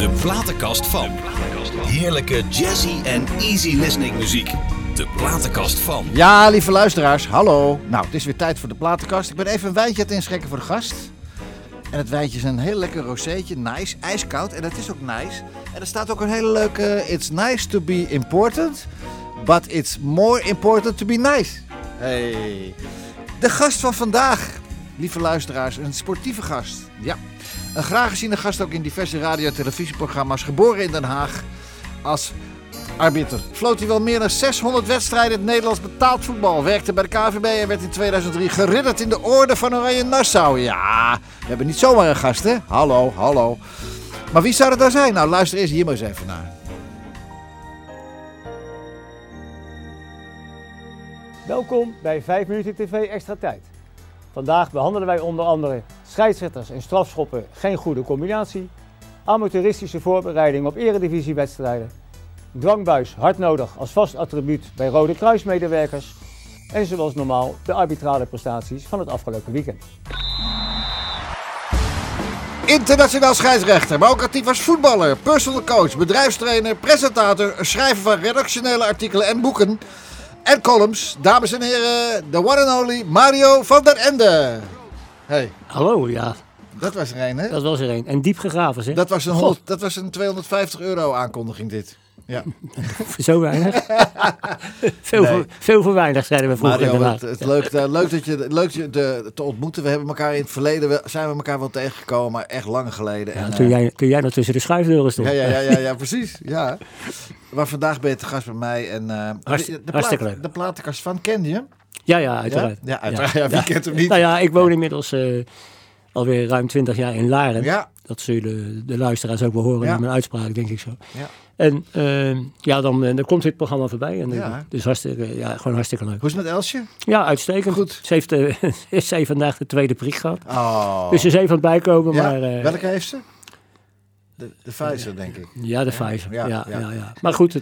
De platenkast van. Heerlijke jazzy en easy listening muziek. De platenkast van. Ja, lieve luisteraars, hallo. Nou, het is weer tijd voor de platenkast. Ik ben even een wijntje aan het inschenken voor de gast. En het wijntje is een heel lekker rozeetje, nice, ijskoud. En het is ook nice. En er staat ook een hele leuke, it's nice to be important, but it's more important to be nice. Hey. De gast van vandaag, lieve luisteraars, een sportieve gast. Ja, een graag geziene gast ook in diverse radio- en televisieprogramma's. Geboren in Den Haag als arbiter. Floot hij wel meer dan 600 wedstrijden in het Nederlands betaald voetbal. Werkte bij de KVB en werd in 2003 geridderd in de Orde van Oranje Nassau. Ja, we hebben niet zomaar een gast, hè? Hallo, hallo. Maar wie zou het dan zijn? Nou, luister eerst hier maar eens even naar. Welkom bij 5 minuten TV Extra Tijd. Vandaag behandelen wij onder andere scheidsrechters en strafschoppen geen goede combinatie, amateuristische voorbereiding op eredivisiewedstrijden, dwangbuis hard nodig als vast attribuut bij Rode Kruismedewerkers en zoals normaal de arbitrale prestaties van het afgelopen weekend. Internationaal scheidsrechter, maar ook actief als voetballer, personal coach, bedrijfstrainer, presentator, schrijver van redactionele artikelen en boeken en columns. Dames en heren, the one and only Mario van der Ende. Hey. Hallo, ja. Dat was er een, hè? Dat was er een. En diep gegraven, zeg. Dat was een €250 aankondiging, dit. Ja. Zo weinig. Veel voor weinig, zeiden we vroeger. Mario, het leuk dat je te ontmoeten. We hebben elkaar in het verleden, zijn we elkaar wel tegengekomen, maar echt lang geleden. Ja, en, toen jij nog tussen de schuifdeuren stond. Ja, precies. Ja. Maar vandaag ben je te gast bij mij. En, hartstikke leuk. De platenkast van, kende je? Ja, uiteraard. Ja, uiteraard. Ja, wie kent hem niet? Nou ja, ik woon inmiddels alweer ruim 20 jaar in Laren. Ja. Dat zullen de luisteraars ook wel horen in mijn uitspraak, denk ik zo. Ja. En dan komt dit programma voorbij. En, dus gewoon hartstikke leuk. Hoe is het met Elsje? Ja, uitstekend. Goed. Ze heeft vandaag de tweede prik gehad. Oh. Dus ze is even aan het bijkomen. Ja? Maar, welke heeft ze? De Pfizer, denk ik. Ja, de Pfizer. Ja. Maar goed,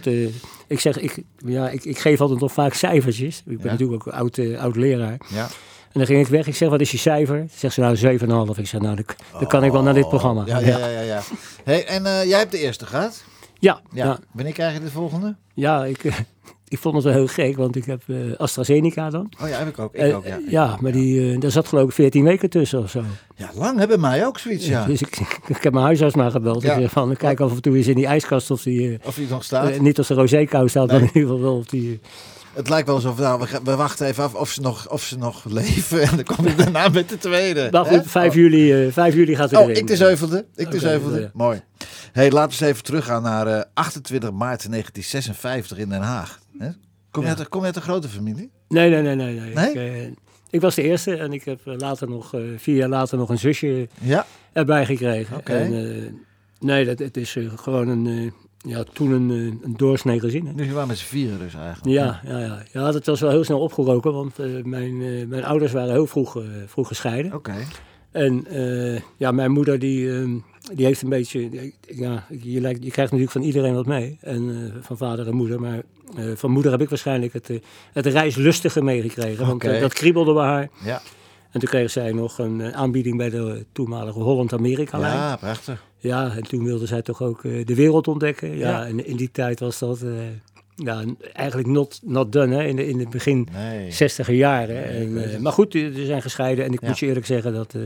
ik geef altijd nog vaak cijfertjes. Ik ben natuurlijk ook oud leraar. Ja. En dan ging ik weg. Ik zeg, wat is je cijfer? Zegt ze, nou 7,5. Ik zeg, nou, dat kan ik wel naar dit programma. Ja. Hey, en jij hebt de eerste gehad? Ja. Wanneer krijg je de volgende? Ja, ik vond het wel heel gek, want ik heb AstraZeneca dan. Oh ja, heb ik ook. Ja, maar daar zat geloof ik 14 weken tussen of zo. Ja, lang hebben mij ook zoiets, ja. Dus ik heb mijn huisarts maar gebeld. Ja. Ik zeg kijk af en toe eens in die ijskast of die nog staat. Niet als de rozeekou staat, maar in ieder geval wel of die... Het lijkt wel alsof, we wachten even af of ze nog leven en dan kom ik daarna met de tweede. Maar goed, 5 juli gaat het erin. Ik de zeuvelde. Ja. Mooi. Hey, laten we eens even teruggaan naar 28 maart 1956 in Den Haag. Kom je uit een grote familie? Nee? Ik was de eerste en ik heb 4 jaar later nog een zusje erbij gekregen. Okay. En, het is gewoon toen een doorsnee gezin. Hè. Dus je waren met z'n vieren dus eigenlijk. Ja, dat was wel heel snel opgeroken, want mijn ouders waren heel vroeg gescheiden. Oké. En mijn moeder die heeft een beetje... je krijgt natuurlijk van iedereen wat mee. En van vader en moeder. Maar van moeder heb ik waarschijnlijk het reislustige meegekregen. Want dat kriebelde bij haar. Ja. En toen kreeg zij nog een aanbieding bij de toenmalige Holland-Amerika-lijn. Ja, prachtig. Ja, en toen wilde zij toch ook de wereld ontdekken. Ja, en in die tijd was dat eigenlijk not done, hè, in het begin 60er jaren. Nee, maar goed, ze zijn gescheiden en ik moet je eerlijk zeggen dat...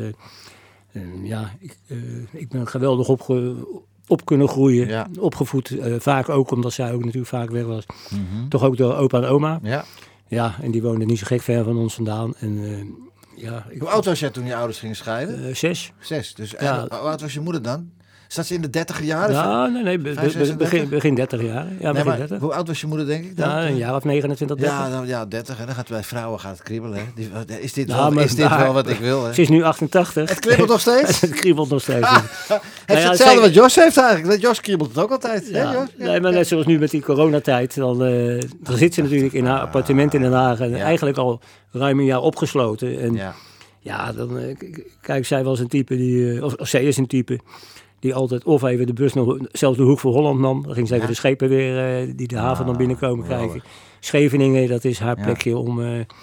ik ben geweldig op kunnen groeien, opgevoed. Vaak ook omdat zij ook natuurlijk vaak weg was. Mm-hmm. Toch ook door opa en oma. Ja, en die woonden niet zo gek ver van ons vandaan. En... Hoe oud was jij toen je ouders gingen scheiden? 6. 6. Dus hoe oud was je moeder dan? Zat ze in de 30 jaren? Nee, begin 30 jaar. Ja, begin 30. Hoe oud was je moeder, denk ik? Dan? Een jaar of 29, 30. Ja, 30. En dan gaat bij vrouwen kriebelen. Hè? Is dit wel wat ik wil? Hè? Ze is nu 88. Het kriebelt nog steeds? Het kriebelt nog steeds. Het is hetzelfde wat Jos heeft eigenlijk. Jos kriebelt het ook altijd. Ja. Hè, Jos? Nee, maar net zoals nu met die coronatijd. Dan zit ze natuurlijk in haar appartement in Den Haag. En eigenlijk al ruim een jaar opgesloten. En dan... Kijk, zij was een type die... Of zij is een type... die altijd of even de bus nog zelfs de hoek voor Holland nam. Dan ging ze even de schepen weer die de haven dan binnenkomen kijken. Scheveningen, dat is haar plekje om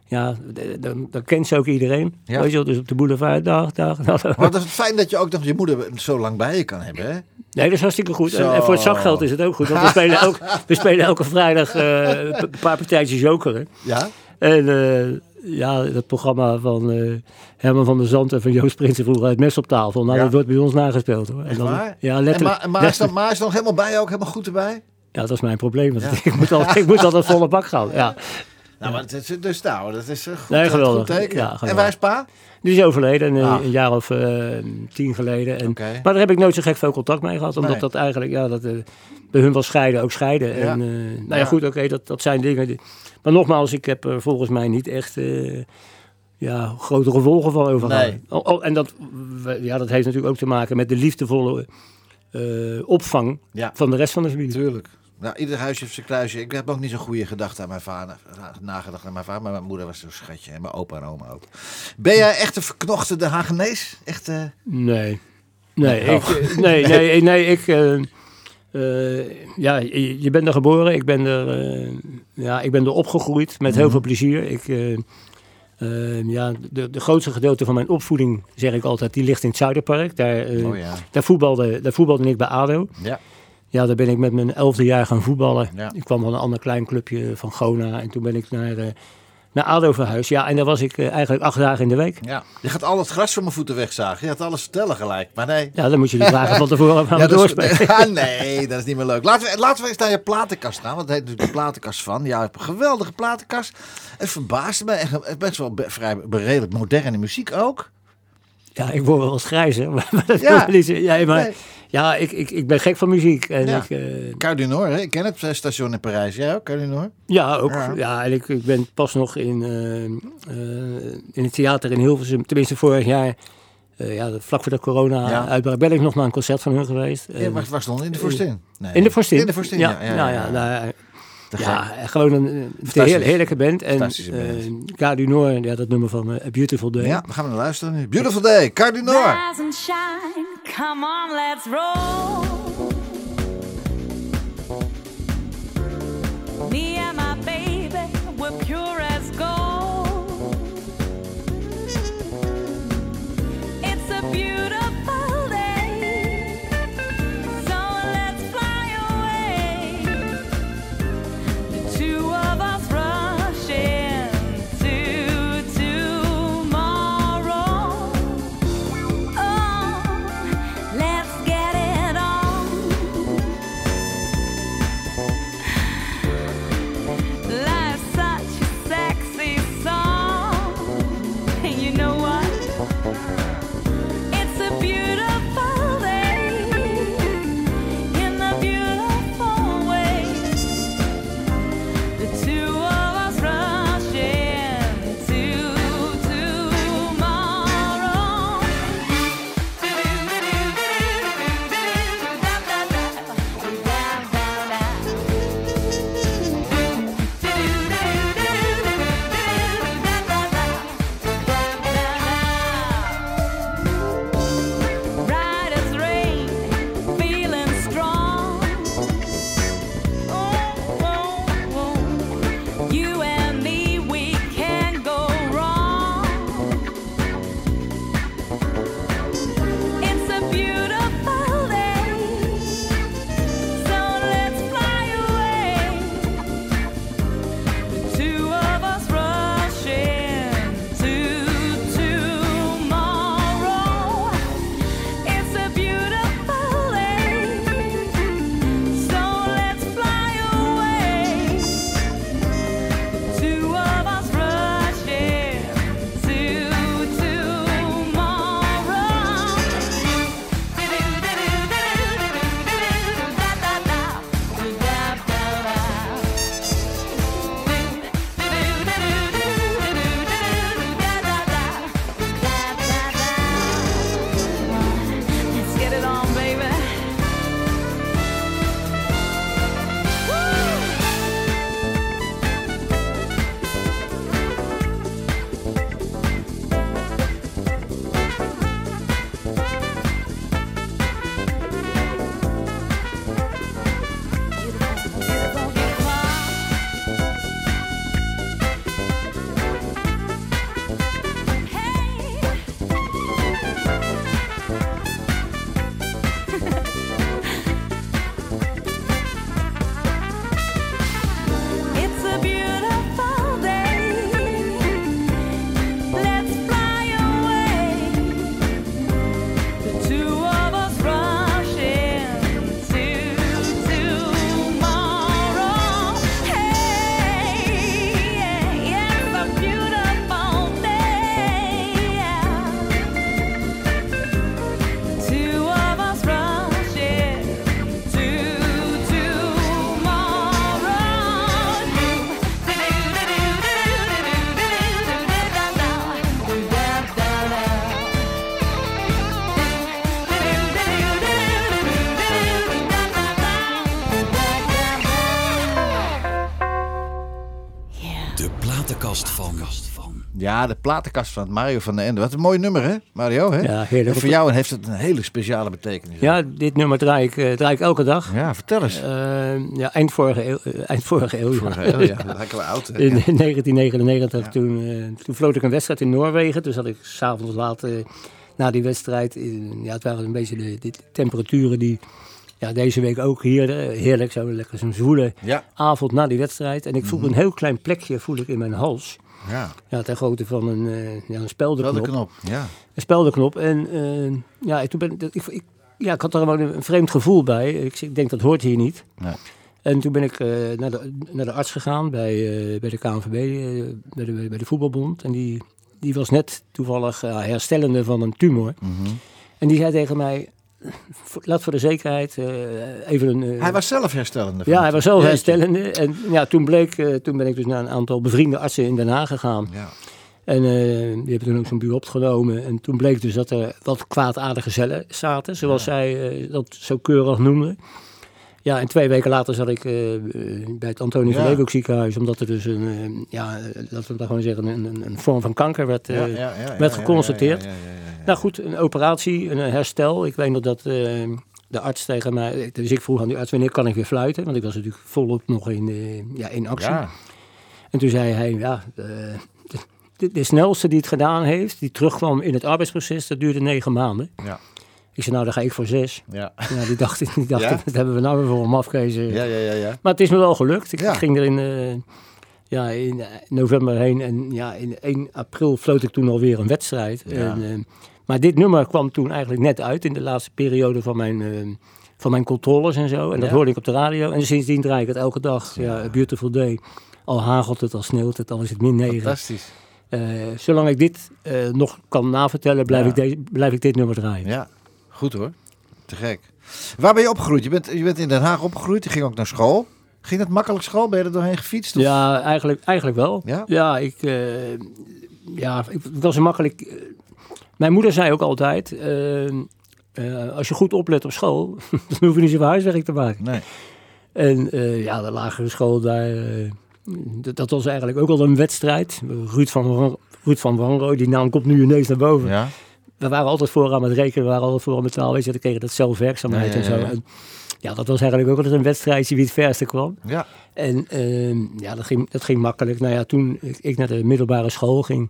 dan kent ze ook iedereen. Ja. Weet je wel, dus op de boulevard, dag. Maar het is fijn dat je ook nog je moeder zo lang bij je kan hebben, hè? Nee, dat is hartstikke goed. Zo. En voor het zakgeld is het ook goed. Want we spelen elke vrijdag een paar partijtjes jokeren. Ja? En dat programma van Herman van der Zand en van Joost Prinsen vroeger uit Mes op tafel. Nou, dat wordt bij ons nagespeeld, hoor. Echt waar? Ja, letterlijk. En maar is nog helemaal bij je ook, helemaal goed erbij? Ja, dat is mijn probleem. Want ik moet altijd volle bak gaan. Ja. Nou, maar dat is goed, Nee, geweldig. goed teken. Ja, geweldig. En waar is pa? Die is overleden een jaar of 10 geleden. En, Okay. Maar daar heb ik nooit zo gek veel contact mee gehad. Omdat dat eigenlijk, bij hun was scheiden. Ja. En goed, oké, dat zijn dingen. Maar nogmaals, ik heb er volgens mij niet echt grote gevolgen van overgehouden. Nee. En dat heeft natuurlijk ook te maken met de liefdevolle opvang van de rest van de familie. Tuurlijk. Nou, ieder huisje heeft zijn kluisje. Ik heb ook niet zo'n goede gedachte aan mijn vader. Nagedacht aan mijn vader, maar mijn moeder was zo'n schatje. En mijn opa en oma ook. Ben jij echt een verknochte De Hagenees? Echt, Nee. Je bent er geboren. Ik ben er opgegroeid met heel veel plezier. De grootste gedeelte van mijn opvoeding, zeg ik altijd, die ligt in het Zuiderpark. Daar voetbalde ik bij ADO. Ja. Ja, daar ben ik met mijn 11e jaar gaan voetballen. Ja. Ik kwam van een ander klein clubje van Gona. En toen ben ik naar ADO verhuisd. Ja, en daar was ik eigenlijk 8 dagen in de week. Ja. Je gaat al het gras van mijn voeten wegzagen. Je gaat alles vertellen gelijk. Maar nee. Ja, dan moet je die vragen van tevoren aan doorspelen. Nee, dat is niet meer leuk. Laten we eens naar je platenkast gaan. Want het heet natuurlijk de platenkast van. Ja, je hebt een geweldige platenkast. Het verbaasde me. Echt best wel vrij redelijk moderne muziek ook. Ja, ik word wel eens grijs, hè. Ik ben gek van muziek. En Gare du Nord, hè? Ik ken het station in Parijs. Jij ook, Gare du Nord? Ja, ook. Ja, en ik ben pas nog in het theater in Hilversum, tenminste vorig jaar, vlak voor de corona uitbraak, ben ik nog naar een concert van hun geweest. Ja, maar het was nog in de Vorstin? Nee. In de Vorstin? In de Vorstin, gewoon een heerlijke band. En Gare du Nord, dat nummer van A Beautiful Day. Ja, we gaan naar luisteren nu. Beautiful Day, Gare du Nord. Rise and shine, come on, let's roll. Me and my baby, we're pure as gold. It's a beautiful day, so let's fly away. The two of us rushing to tomorrow. Oh, let's get it on. platenkast van. Ja, de platenkast van Mario van den Ende. Wat een mooi nummer, hè, Mario? Hè? Ja, heerlijk. En voor jou heeft het een hele speciale betekenis. Ja, dit nummer draai ik elke dag. Ja, vertel eens. Ja, eind vorige eeuw. Vorige eeuw, ja. Dat lijken we oud. Hè? In 1999, toen floot ik een wedstrijd in Noorwegen. Toen zat ik 's avonds laat na die wedstrijd. Het waren een beetje de temperaturen die deze week ook hier. Heerlijk, zo'n zwoele avond na die wedstrijd. En ik voelde een heel klein plekje in mijn hals. Ja, ter grootte van een speldenknop. Een speldenknop. En toen ik had er gewoon een vreemd gevoel bij. Ik denk, dat hoort hier niet. Nee. En toen ben ik naar de arts gegaan bij de KNVB, bij de voetbalbond. En die was net toevallig herstellende van een tumor. Mm-hmm. En die zei tegen mij, laat voor de zekerheid even een... Hij was zelf herstellende? Ja, hij was zelf herstellende. En toen ben ik dus naar een aantal bevriende artsen in Den Haag gegaan. Ja. En die hebben toen ook zo'n buur opgenomen. En toen bleek dus dat er wat kwaadaardige cellen zaten, zoals zij dat zo keurig noemde. Ja, en 2 weken later zat ik bij het Antonie van Leeuwenhoek ziekenhuis, omdat er dus laten we dat gewoon zeggen, een vorm van kanker werd geconstateerd. Nou goed, een operatie, een herstel. Ik weet nog dat de arts tegen mij, dus ik vroeg aan die arts, wanneer kan ik weer fluiten? Want ik was natuurlijk volop nog in actie. Ja. En toen zei hij, de snelste die het gedaan heeft, die terugkwam in het arbeidsproces, dat duurde 9 maanden. Ja. Ik zei, dan ga ik voor 6. Ja. Die dacht dat hebben we nou weer voor een mafkees. Ja. Maar het is me wel gelukt. Ik ging er in november heen en in 1 april floot ik toen alweer een wedstrijd. Ja. Maar dit nummer kwam toen eigenlijk net uit in de laatste periode van mijn controles en zo. En dat hoorde ik op de radio. En sindsdien draai ik het elke dag. Ja, A Beautiful Day. Al hagelt het, al sneeuwt het, al is het -9. Fantastisch. Zolang ik dit nog kan navertellen, blijf ik dit nummer draaien. Ja. Goed hoor, te gek. Waar ben je opgegroeid? Je bent in Den Haag opgegroeid, je ging ook naar school. Ging het makkelijk school? Ben je er doorheen gefietst? Of? Ja, eigenlijk wel. Ja? Ja, ik was makkelijk. Mijn moeder zei ook altijd, als je goed oplet op school, dan hoef je niet zoveel huiswerk te maken. Nee. En de lagere school, dat was eigenlijk ook al een wedstrijd. Ruud van Wanrooy, die naam komt nu ineens naar boven. Ja. We waren altijd vooraan met rekenen, we waren altijd vooraan met taal. Weet je, dan kregen dat zelfwerkzaamheid en zo. En, dat was eigenlijk ook altijd een wedstrijdje wie het verste kwam. Ja. En dat ging makkelijk. Nou ja, toen ik naar de middelbare school ging,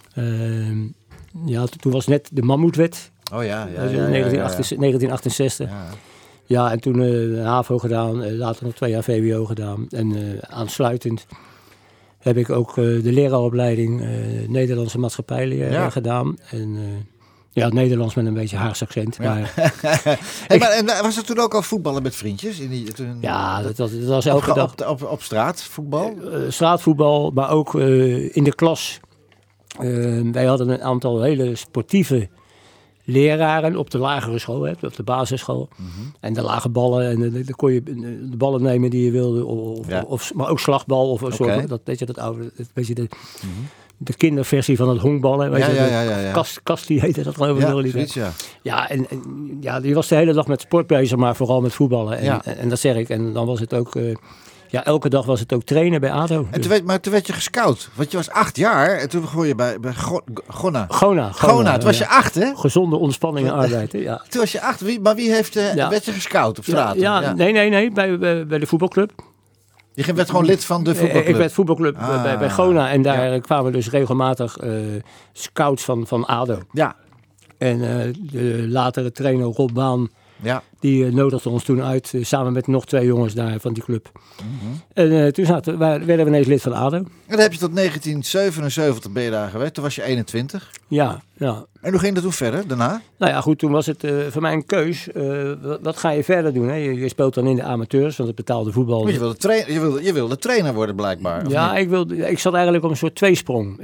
toen was net de Mammoetwet. Oh ja. 1968. Ja, en toen HAVO gedaan, later nog 2 jaar VWO gedaan. En aansluitend heb ik ook de leraaropleiding Nederlandse maatschappijleer gedaan. En het Nederlands met een beetje Haags accent. Ja. Maar, en was er toen ook al voetballen met vriendjes? Dat was elke dag. Op straat voetbal? Straatvoetbal, maar ook in de klas. Wij hadden een aantal hele sportieve leraren op de lagere school, op de basisschool. Mm-hmm. En de lage ballen, en dan kon je de ballen nemen die je wilde, maar ook slagbal of een soort, dat weet je, dat oude, de kinderversie van het honkballen, weet je, Kastli heette dat geloof ik. Ja, die was de hele dag met sport bezig, maar vooral met voetballen. En dat zeg ik. En dan was het ook, elke dag was het ook trainen bij ADO. En toen werd je gescout, want je was 8 jaar en toen begon je bij Gona. Toen was je 8, hè? Gezonde ontspanning en arbeid, hè? Ja. Toen was je 8, werd je gescout op straat? Nee, bij de voetbalclub. Je werd gewoon lid van de voetbalclub? Ik werd voetbalclub bij Gona en daar kwamen dus regelmatig scouts van ADO. Ja. En de latere trainer Rob Baan, die nodigde ons toen uit, samen met nog 2 jongens daar van die club. Mm-hmm. En toen werden we ineens lid van ADO. En dan heb je tot 1977 ben je daar geweest, toen was je 21. Ja. En hoe ging dat toen verder, daarna? Nou ja, goed, toen was het voor mij een keus. Wat ga je verder doen? Hè? Je speelt dan in de amateurs, want het betaalde voetbal. Maar je wilde trainer worden blijkbaar. Ja, ik zat eigenlijk op een soort tweesprong.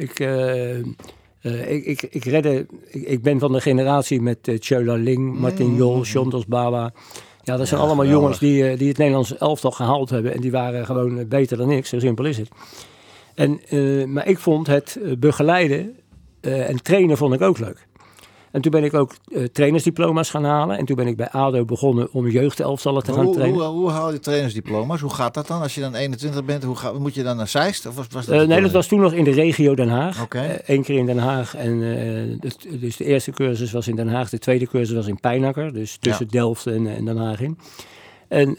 Ik ben van de generatie met Tjöla Ling, Martin Jol, Chandos Baba. Ja, dat zijn allemaal jongens die het Nederlands elftal gehaald hebben. En die waren gewoon beter dan ik, zo simpel is het. Maar ik vond het begeleiden en trainen vond ik ook leuk. En toen ben ik ook trainersdiploma's gaan halen. En toen ben ik bij ADO begonnen om jeugdelftallen te gaan trainen. Hoe haal je trainersdiploma's? Hoe gaat dat dan? Als je dan 21 bent, moet je dan naar Zeist? Of was dat nee, dat was toen nog in de regio Den Haag. Oké. 1 keer in Den Haag. En dus de eerste cursus was in Den Haag. De tweede cursus was in Pijnacker. Dus tussen Delft en Den Haag in. En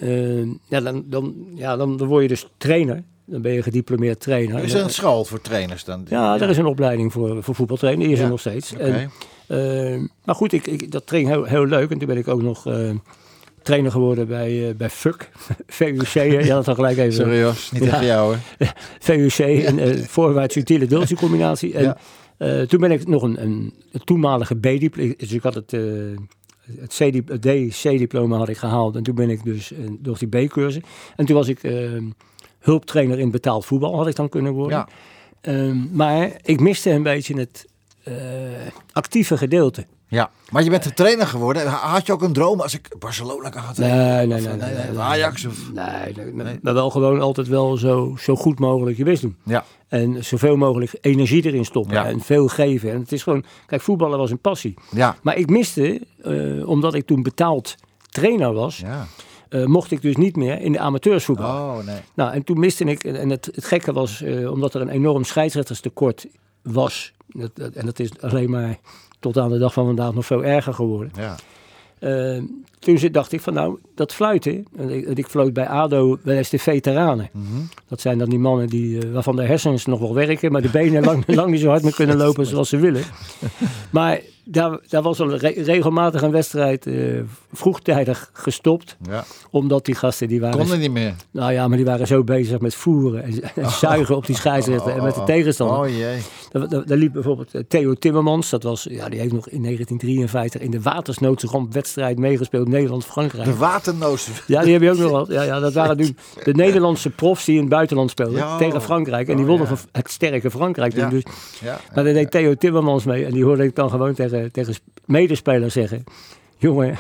dan word je dus trainer. Dan ben je gediplomeerd trainer. Is er een school voor trainers dan? Ja, er is een opleiding voor voetbaltrainer. Die is er nog steeds. Okay. Maar goed, dat ging heel leuk. En toen ben ik ook nog trainer geworden bij FUC. VUC. Je had het gelijk even. Serieus, niet tegen jou hoor. VUC, een voorwaarts utiele dultiecombinatie. En toen ben ik nog een toenmalige B-diploma. Dus ik had het C-diploma had ik gehaald. En toen ben ik dus door die B-cursus. En toen was ik hulptrainer in betaald voetbal, had ik dan kunnen worden. Ja. Maar ik miste een beetje het actieve gedeelte. Ja, maar je bent de trainer geworden. Had je ook een droom als ik Barcelona kan gaan trainen? Nee. Ajax? Of... Nee. Maar wel gewoon altijd wel zo goed mogelijk je best doen. Ja. En zoveel mogelijk energie erin stoppen en veel geven. En het is gewoon, kijk, voetballen was een passie. Ja. Maar ik miste, omdat ik toen betaald trainer was... Ja. Mocht ik dus niet meer in de amateursvoetbal. Oh, nee. Nou, en toen miste ik, en het gekke was, omdat er een enorm scheidsrechterstekort was. En dat is alleen maar tot aan de dag van vandaag nog veel erger geworden. Ja. Toen dacht ik van nou, dat fluiten. Ik floot bij ADO wel eens de veteranen. Mm-hmm. Dat zijn dan die mannen waarvan de hersens nog wel werken, maar de benen lang niet zo hard meer kunnen lopen zoals ze willen. Maar daar was al regelmatig een wedstrijd vroegtijdig gestopt. Ja. Omdat die gasten, die waren... Konden niet meer. Nou ja, maar die waren zo bezig met voeren en zuigen op die scheidsrechter en met de tegenstander. Oh jee. Daar liep bijvoorbeeld Theo Timmermans. Dat was, die heeft nog in 1953 in de watersnoodse rampwedstrijd meegespeeld. Nederland-Frankrijk. De waternozen. Ja, die heb je ook nog wel. Ja, dat waren nu de Nederlandse profs die in het buitenland speelden tegen Frankrijk. En die wonnen van het sterke Frankrijk toen. Ja. Dus. Ja. Maar daar deed Theo Timmermans mee. En die hoorde ik dan gewoon tegen medespelers zeggen. Jongen,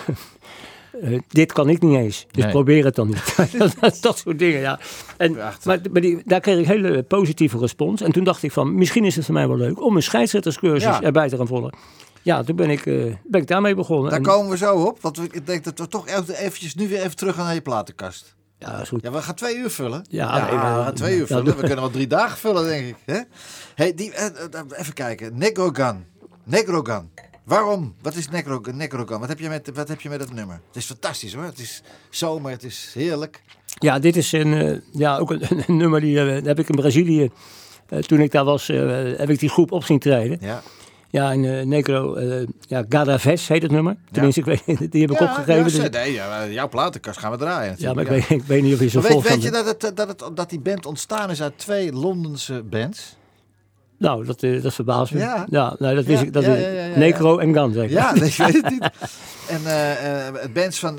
dit kan ik niet eens. Dus probeer het dan niet. Dat soort dingen, ja. Maar daar kreeg ik hele positieve respons. En toen dacht ik van, misschien is het voor mij wel leuk om een scheidsrechterscursus erbij te gaan volgen. Ja, toen ben ik daarmee begonnen. Daar komen we zo op. Want ik denk dat we toch eventjes nu weer even terug gaan naar je platenkast. Ja, dat is goed. Ja, we gaan 2 uur vullen. We gaan 2 uur vullen. We kunnen wel 3 dagen vullen, denk ik. Hè? Hey, even kijken. Negrogan. Waarom? Wat is Negrogan? Wat heb je met het nummer? Het is fantastisch hoor. Het is zomer, het is heerlijk. Ja, dit is ook een nummer die heb ik in Brazilië. Toen ik daar was, heb ik die groep op zien treden. Ja. Ja, en Negro, Gadaves heet het nummer. Tenminste, ik weet, die heb ik opgegeven. Jouw platenkast gaan we draaien. Ja, maar ik weet niet of je zo vol weet je dat die band ontstaan is uit 2 Londense bands? Nou, dat verbaast me. Ja, dat wist ik. Dat Negro en Gan, zeg ik. Ja, ik weet het niet. En het bands van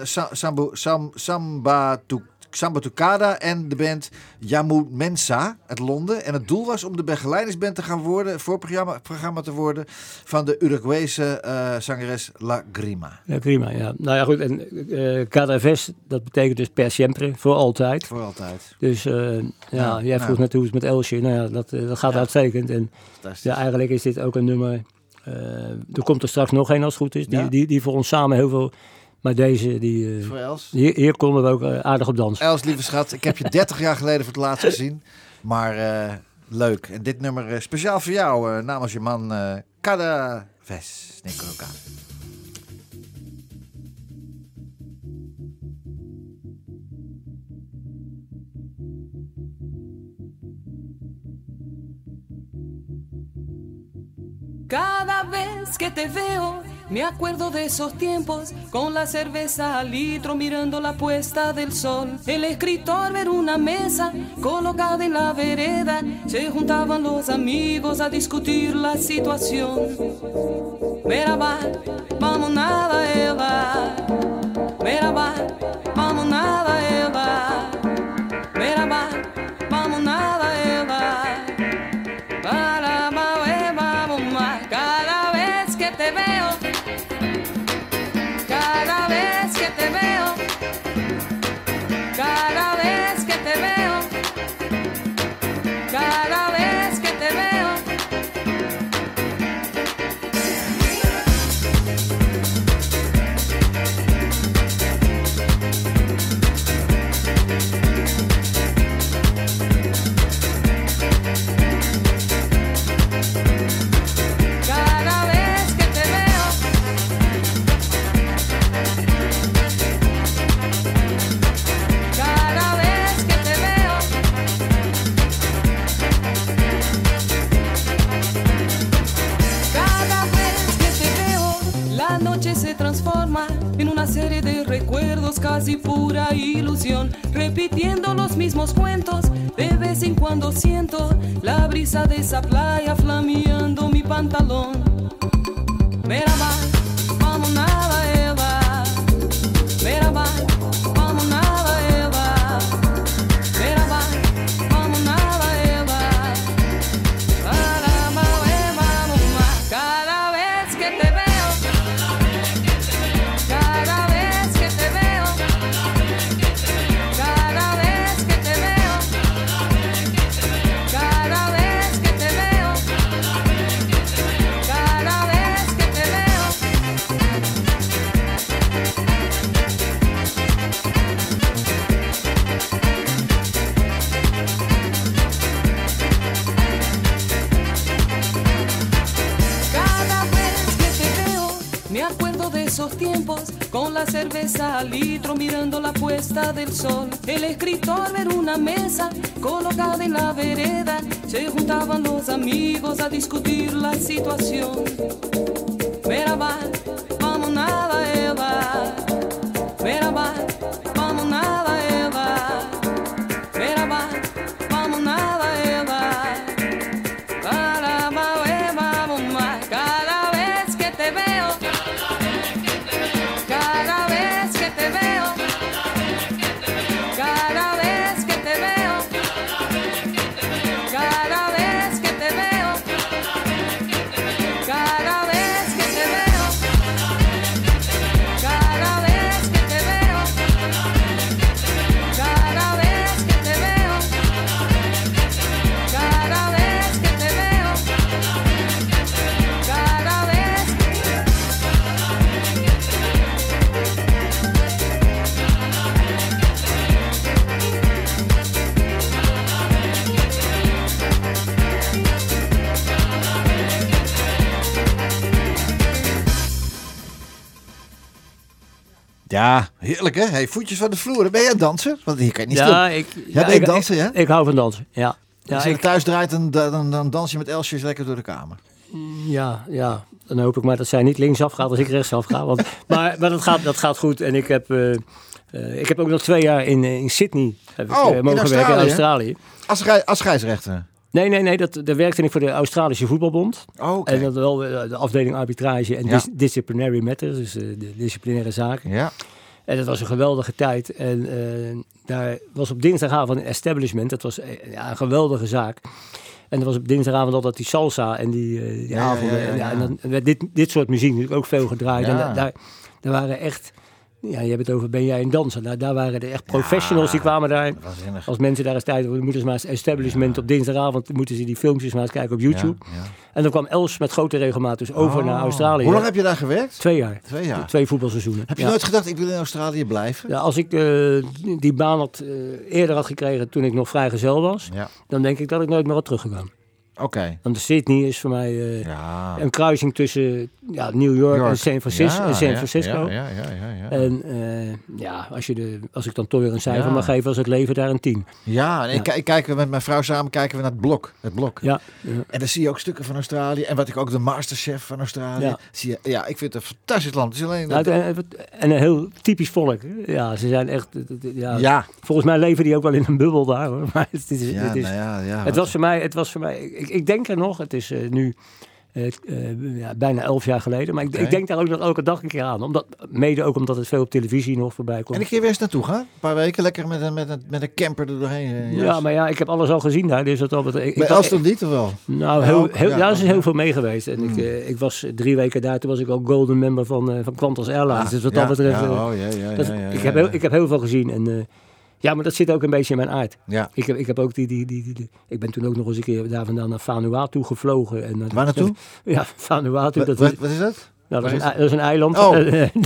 Samba Tucada en de band Yamu Mensa uit Londen. En het doel was om de begeleidingsband te gaan worden, voorprogramma te worden van de Uruguayse zangeres La Grima. La Grima, ja. Nou ja, goed. En Cadaves, dat betekent dus per siempre, voor altijd. Voor altijd. Dus jij vroeg net hoe het met Elsje. Nou ja, dat gaat uitstekend. En eigenlijk is dit ook een nummer. Er komt er straks nog een als het goed is. Die voor ons samen heel veel... Maar deze, voor Els? Hier konden we ook aardig op dansen. Els, lieve schat, ik heb je 30 jaar geleden voor het laatst gezien. Maar leuk. En dit nummer speciaal voor jou, namens je man Cadaves. Negrogan. Cada vez que te veo, me acuerdo de esos tiempos, con la cerveza al litro mirando la puesta del sol. El escritor ver una mesa colocada en la vereda, se juntaban los amigos a discutir la situación. Merhaba, vamos nada ela. Merhaba, vamos nada ela. Merhaba, vamos nada ela. Cada vez que te veo, cada vez que te veo, cada vez que te veo, cada vez que te veo. somos casi pura ilusión, repitiendo los mismos cuentos. De vez en cuando siento la brisa de esa playa flameando mi pantalón. Merhaba, vamos nada Eva. Merhaba, vamos nada Eva. Merhaba, vamos nada Eva. Cada vez que te veo, cada vez que te veo, cada vez que te veo, cada vez que te veo, cada vez que te veo. Cada vez que te veo, me acuerdo de esos tiempos, con la cerveza al litro mirando la puesta del sol. El escritor ver una mesa colocada en la vereda, se juntaban los amigos a discutir la situación. Merhaba, vamos nada Eva. Merhaba, vamos nada Eva. Merhaba, vamos nada Eva. Cada vez que te veo, cada vez que te veo, cada vez que te veo, cada vez que te veo, cada vez que te veo, cada vez que te veo, cada vez que te veo, cada vez que te veo, cada vez. Ja, heerlijk hè? Hey, voetjes van de vloer. Ben jij een danser? Want hier kan je niet Ja, stil. Jij bent danser, ja? Ik hou van dansen, ja. Als je thuis draait, dan dans je met Elsje lekker door de kamer. Ja, dan hoop ik maar dat zij niet linksaf gaat als ik rechtsaf ga. Want, maar dat gaat goed. En ik heb ook nog 2 jaar in Sydney mogen werken, in Australië. Als scheidsrechter? Nee, daar werkte ik voor de Australische Voetbalbond. Oh, okay. En dat wel de afdeling arbitrage en disciplinary matters, dus de disciplinaire zaken. Ja. En dat was een geweldige tijd. En daar was op dinsdagavond een establishment. Dat was een geweldige zaak. En er was op dinsdagavond altijd die salsa en die avonden. En dan werd dit soort muziek natuurlijk ook veel gedraaid. Ja. En daar waren echt... Ja, je hebt het over, ben jij een danser? Daar waren er echt professionals die kwamen daar. Als mensen daar eens tijd hebben, moeten ze maar eens establishment op dinsdagavond, moeten ze die filmpjes maar eens kijken op YouTube. Ja. En dan kwam Els met grote regelmaat dus over naar Australië. Hoe lang heb je daar gewerkt? 2 jaar. 2 jaar. 2 voetbalseizoenen. Heb je nooit gedacht, ik wil in Australië blijven? Ja, als ik die baan eerder had gekregen toen ik nog vrijgezel was, dan denk ik dat ik nooit meer had teruggegaan. Oké. Want de Sydney is voor mij een kruising tussen New York en San Francisco. Ja. En als ik dan toch weer een cijfer mag geven, was het leven daar een 10. Ja, en kijken we met mijn vrouw samen naar het blok. Ja. En dan zie je ook stukken van Australië. En wat ik ook de Masterchef van Australië zie je. Ja, ik vind het een fantastisch land. Het is alleen en een heel typisch volk. Ja, ze zijn echt. Volgens mij leven die ook wel in een bubbel daar, hoor. Maar het was voor mij. Ik denk er nog. Het is nu bijna 11 jaar geleden. Maar ik denk daar ook nog elke dag een keer aan. Mede ook omdat het veel op televisie nog voorbij komt. En een keer weer eens naartoe gaan? Een paar weken lekker met een camper er doorheen. Ja, maar ik heb alles al gezien daar. Dus bij Elston niet of wel? Nou, daar is heel veel mee geweest. En ik was 3 weken daar. Toen was ik al golden member van Qantas Airlines. Dus wat dat betreft... Ik heb heel veel gezien. En ja, maar dat zit ook een beetje in mijn aard. Ja. Ik heb ook ik ben toen ook nog eens een keer daar vandaan naar Vanuatu gevlogen. En, waar naartoe? Ja, Vanuatu. Wat is dat? Nou, dat is een eiland. Oh,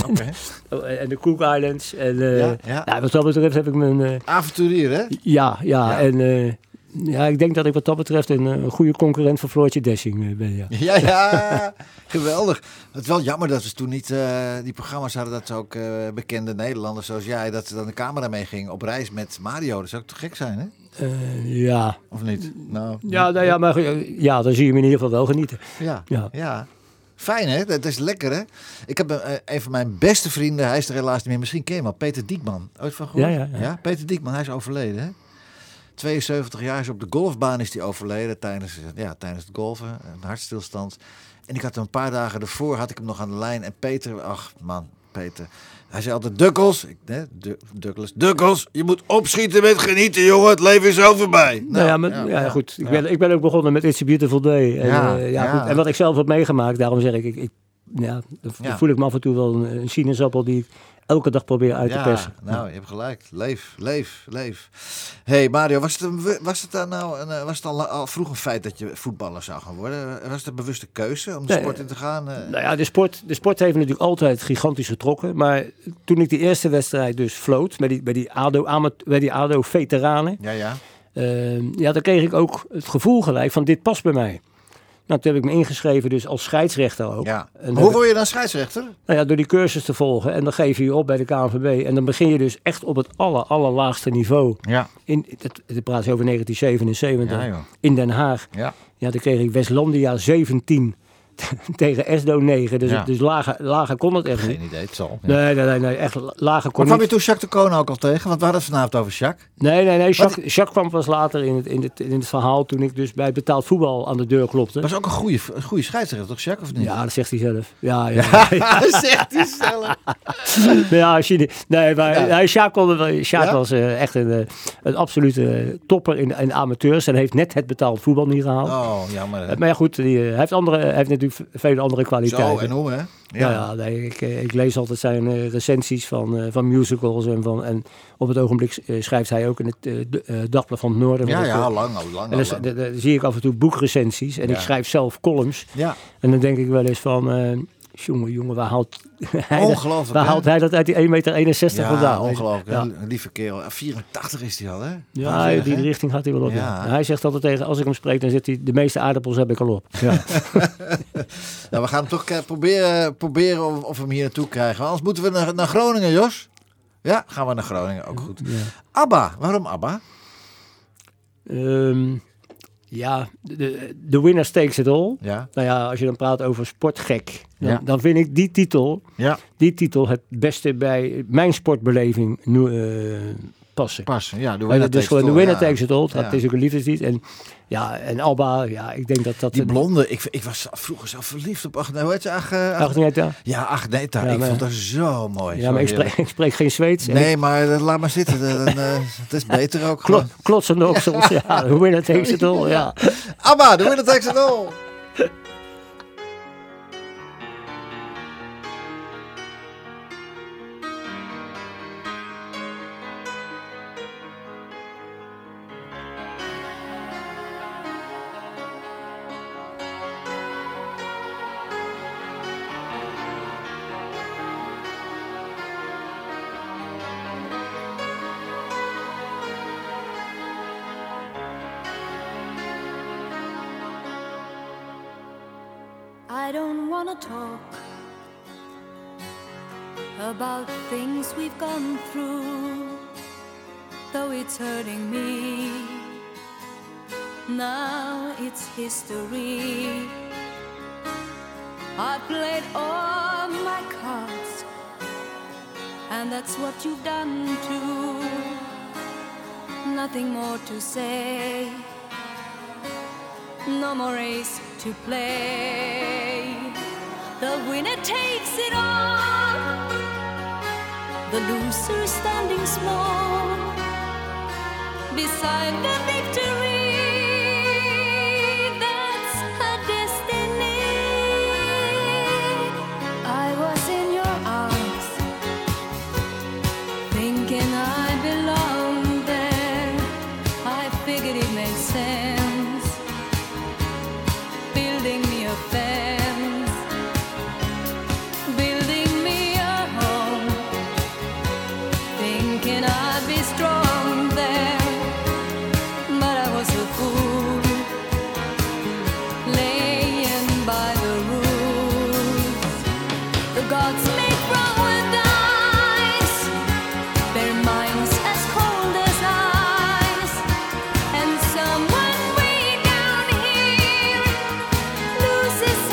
en de Cook Islands. En wat dat betreft heb ik mijn... avonturier, hè? Ja. En ik denk dat ik wat dat betreft een goede concurrent voor Floortje Dessing ben. Ja, geweldig. Het is wel jammer dat we toen niet die programma's hadden dat ook bekende Nederlanders zoals jij, dat ze dan de camera mee gingen op reis met Mario. Dat zou ook te gek zijn, hè? Ja. Of niet? Nou, maar dan zie je me in ieder geval wel genieten. Ja. Fijn, hè? Dat is lekker, hè? Ik heb een van mijn beste vrienden, hij is er helaas niet meer. Misschien ken je hem al, Peter Diekman. Ooit van gehoord? Ja, Peter Diekman, hij is overleden, hè? 72 jaar is op de golfbaan is hij overleden tijdens het golfen. Een hartstilstand. En ik had hem een paar dagen ervoor, had ik hem nog aan de lijn. En Peter, ach man, Peter. Hij zei altijd, Dukkels, je moet opschieten met genieten, jongen. Het leven is zo voorbij. Goed. Ik ben ook begonnen met It's a Beautiful Day. Goed. En wat ik zelf heb meegemaakt, daarom zeg ik dan voel ik me af en toe wel een sinaasappel die ik elke dag probeer uit te persen. Nou, je hebt gelijk. Leef. Hey Mario, was het al vroeg een feit dat je voetballer zou gaan worden? Was het een bewuste keuze om de sport in te gaan? De sport heeft natuurlijk altijd gigantisch getrokken. Maar toen ik die eerste wedstrijd dus floot bij die ADO-veteranen. Dan kreeg ik ook het gevoel gelijk van dit past bij mij. Nou, toen heb ik me ingeschreven dus als scheidsrechter ook. Ja. Hoe word je dan scheidsrechter? Nou ja, door die cursus te volgen. En dan geef je op bij de KNVB. En dan begin je dus echt op het allerlaagste niveau. Ja. Ik praat over 1977. In Den Haag. Ja, dan kreeg ik Westlandia 17 tegen Esdo 9. Dus lager kon het echt niet. Geen idee, het zal. Ja. Nee, echt lager kon niet. Kwam je toen Jacques de Koning ook al tegen? Want we hadden het vanavond over Jacques. Nee. Jacques kwam pas later in het verhaal toen ik dus bij betaald voetbal aan de deur klopte. Dat was ook een goede scheidsrechter, toch Jacques, of niet? Ja, dat zegt hij zelf. Ja. Dat zegt hij zelf. Jacques was echt een absolute topper in de amateurs en heeft net het betaald voetbal niet gehaald. Oh, jammer. Maar ja, goed, hij heeft natuurlijk vele andere kwaliteiten. Zo, en hoe, hè? Ik lees altijd zijn recensies van musicals en op het ogenblik schrijft hij ook in het Dagblad van het Noorden. Al lang. En dan zie ik af en toe boekrecensies en ik schrijf zelf columns. Ja. En dan denk ik wel eens van, jongen, waar haalt hij dat uit die 1,61 meter vandaan? Ongelooflijk. Een lieve kerel. 84 is hij al, hè? Ja, die richting gaat hij wel op. Ja. Hij zegt altijd tegen, als ik hem spreek, dan zegt hij, de meeste aardappels heb ik al op. Ja. Nou, we gaan hem toch proberen of we hem hier naartoe krijgen. Anders moeten we naar Groningen, Jos. Ja, gaan we naar Groningen, ook goed. Ja. ABBA, waarom ABBA? The winner takes it all. Ja. Nou ja, als je dan praat over sportgek, dan vind ik die titel het beste bij mijn sportbeleving passen. Ja, de winner takes it all. Dat is ook een liefdeslied. En ABBA, ik denk dat... Die blonde, ik was vroeger zo verliefd op Agneta. Agneta? Ja, Agneta. Ik vond haar zo mooi. Ja, maar ik spreek geen Zweeds. Nee, maar laat maar zitten. Het is beter ook. Klotsende oksels, the winner takes it all, ja. ABBA, the winner takes it all. I don't wanna talk about things we've gone through, though it's hurting me. Now it's history. I played all my cards, and that's what you've done too. Nothing more to say, no more race to play. The winner takes it all, the loser standing small beside the victory. That's her destiny. I was in your arms, thinking I belonged there. I figured it made sense, building me a fence, building me a home, thinking I'd be strong there, but I was a fool, laying by the rules. The gods make wrong with dice, their minds as cold as ice, and someone way down here loses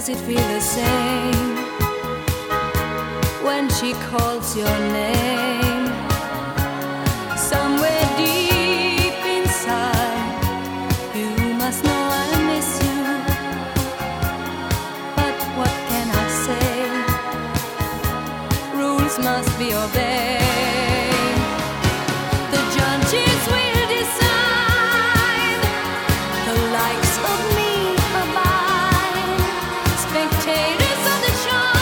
Does it feel the same when she calls your name? Somewhere deep inside, you must know I miss you. But what can I say? Rules must be obeyed. The judges will decide the likes of me or mine. Spectators of the show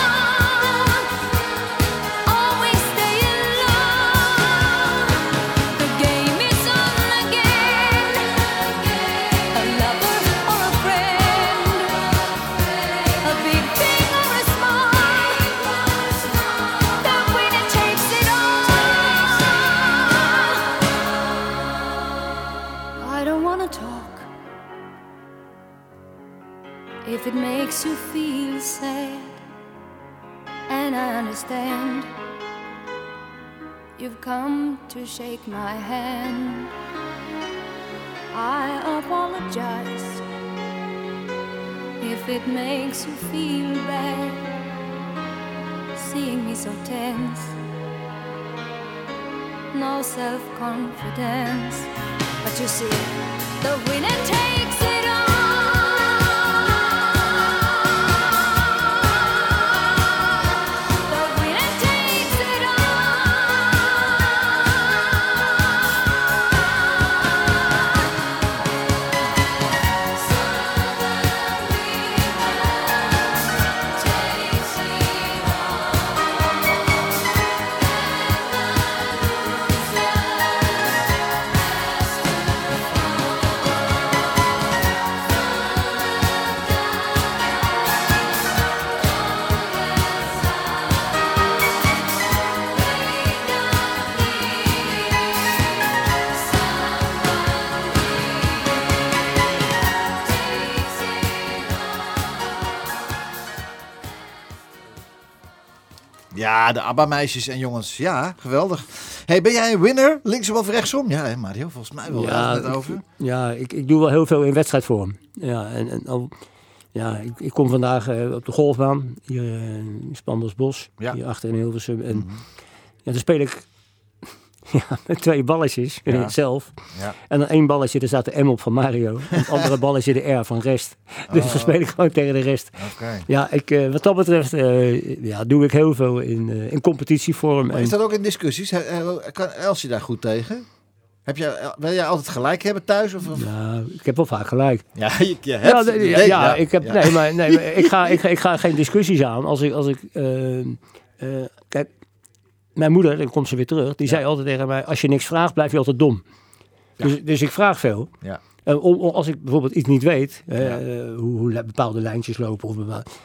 always stay in love. The game is on again. A lover or a friend, a big thing or a small, the winner takes it all. I don't wanna talk if it makes you feel sad, and I understand you've come to shake my hand. I apologize if it makes you feel bad, seeing me so tense, no self-confidence. But you see, the winner takes it all. The winner takes it Ja, de ABBA-meisjes en jongens. Ja, geweldig. Hey, ben jij een winner? Linksom of rechtsom? Ja, hè, Mario, volgens mij wel. Ja, net over. Ik doe wel heel veel in wedstrijdvorm. Ja, ik kom vandaag op de golfbaan hier in Spandersbos, hier achter in Hilversum. En dan speel ik met 2 balletjes zelf. Ja. En dan 1 balletje, daar staat de M op van Mario. En het andere balletje de R van rest. Dus dan speel ik gewoon tegen de rest. Okay. Ja, wat dat betreft doe ik heel veel in competitievorm. Maar is dat ook in discussies? Kan Elsje daar goed tegen? Wil jij altijd gelijk hebben thuis? Of? Ja, ik heb wel vaak gelijk. Ja, je hebt... Ik heb... Ja. Nee, ik ga geen discussies aan. Als ik kijk, mijn moeder, dan komt ze weer terug, die zei altijd tegen mij, als je niks vraagt, blijf je altijd dom. Ja. Dus ik vraag veel. Ja. Als ik bijvoorbeeld iets niet weet, hoe bepaalde lijntjes lopen, of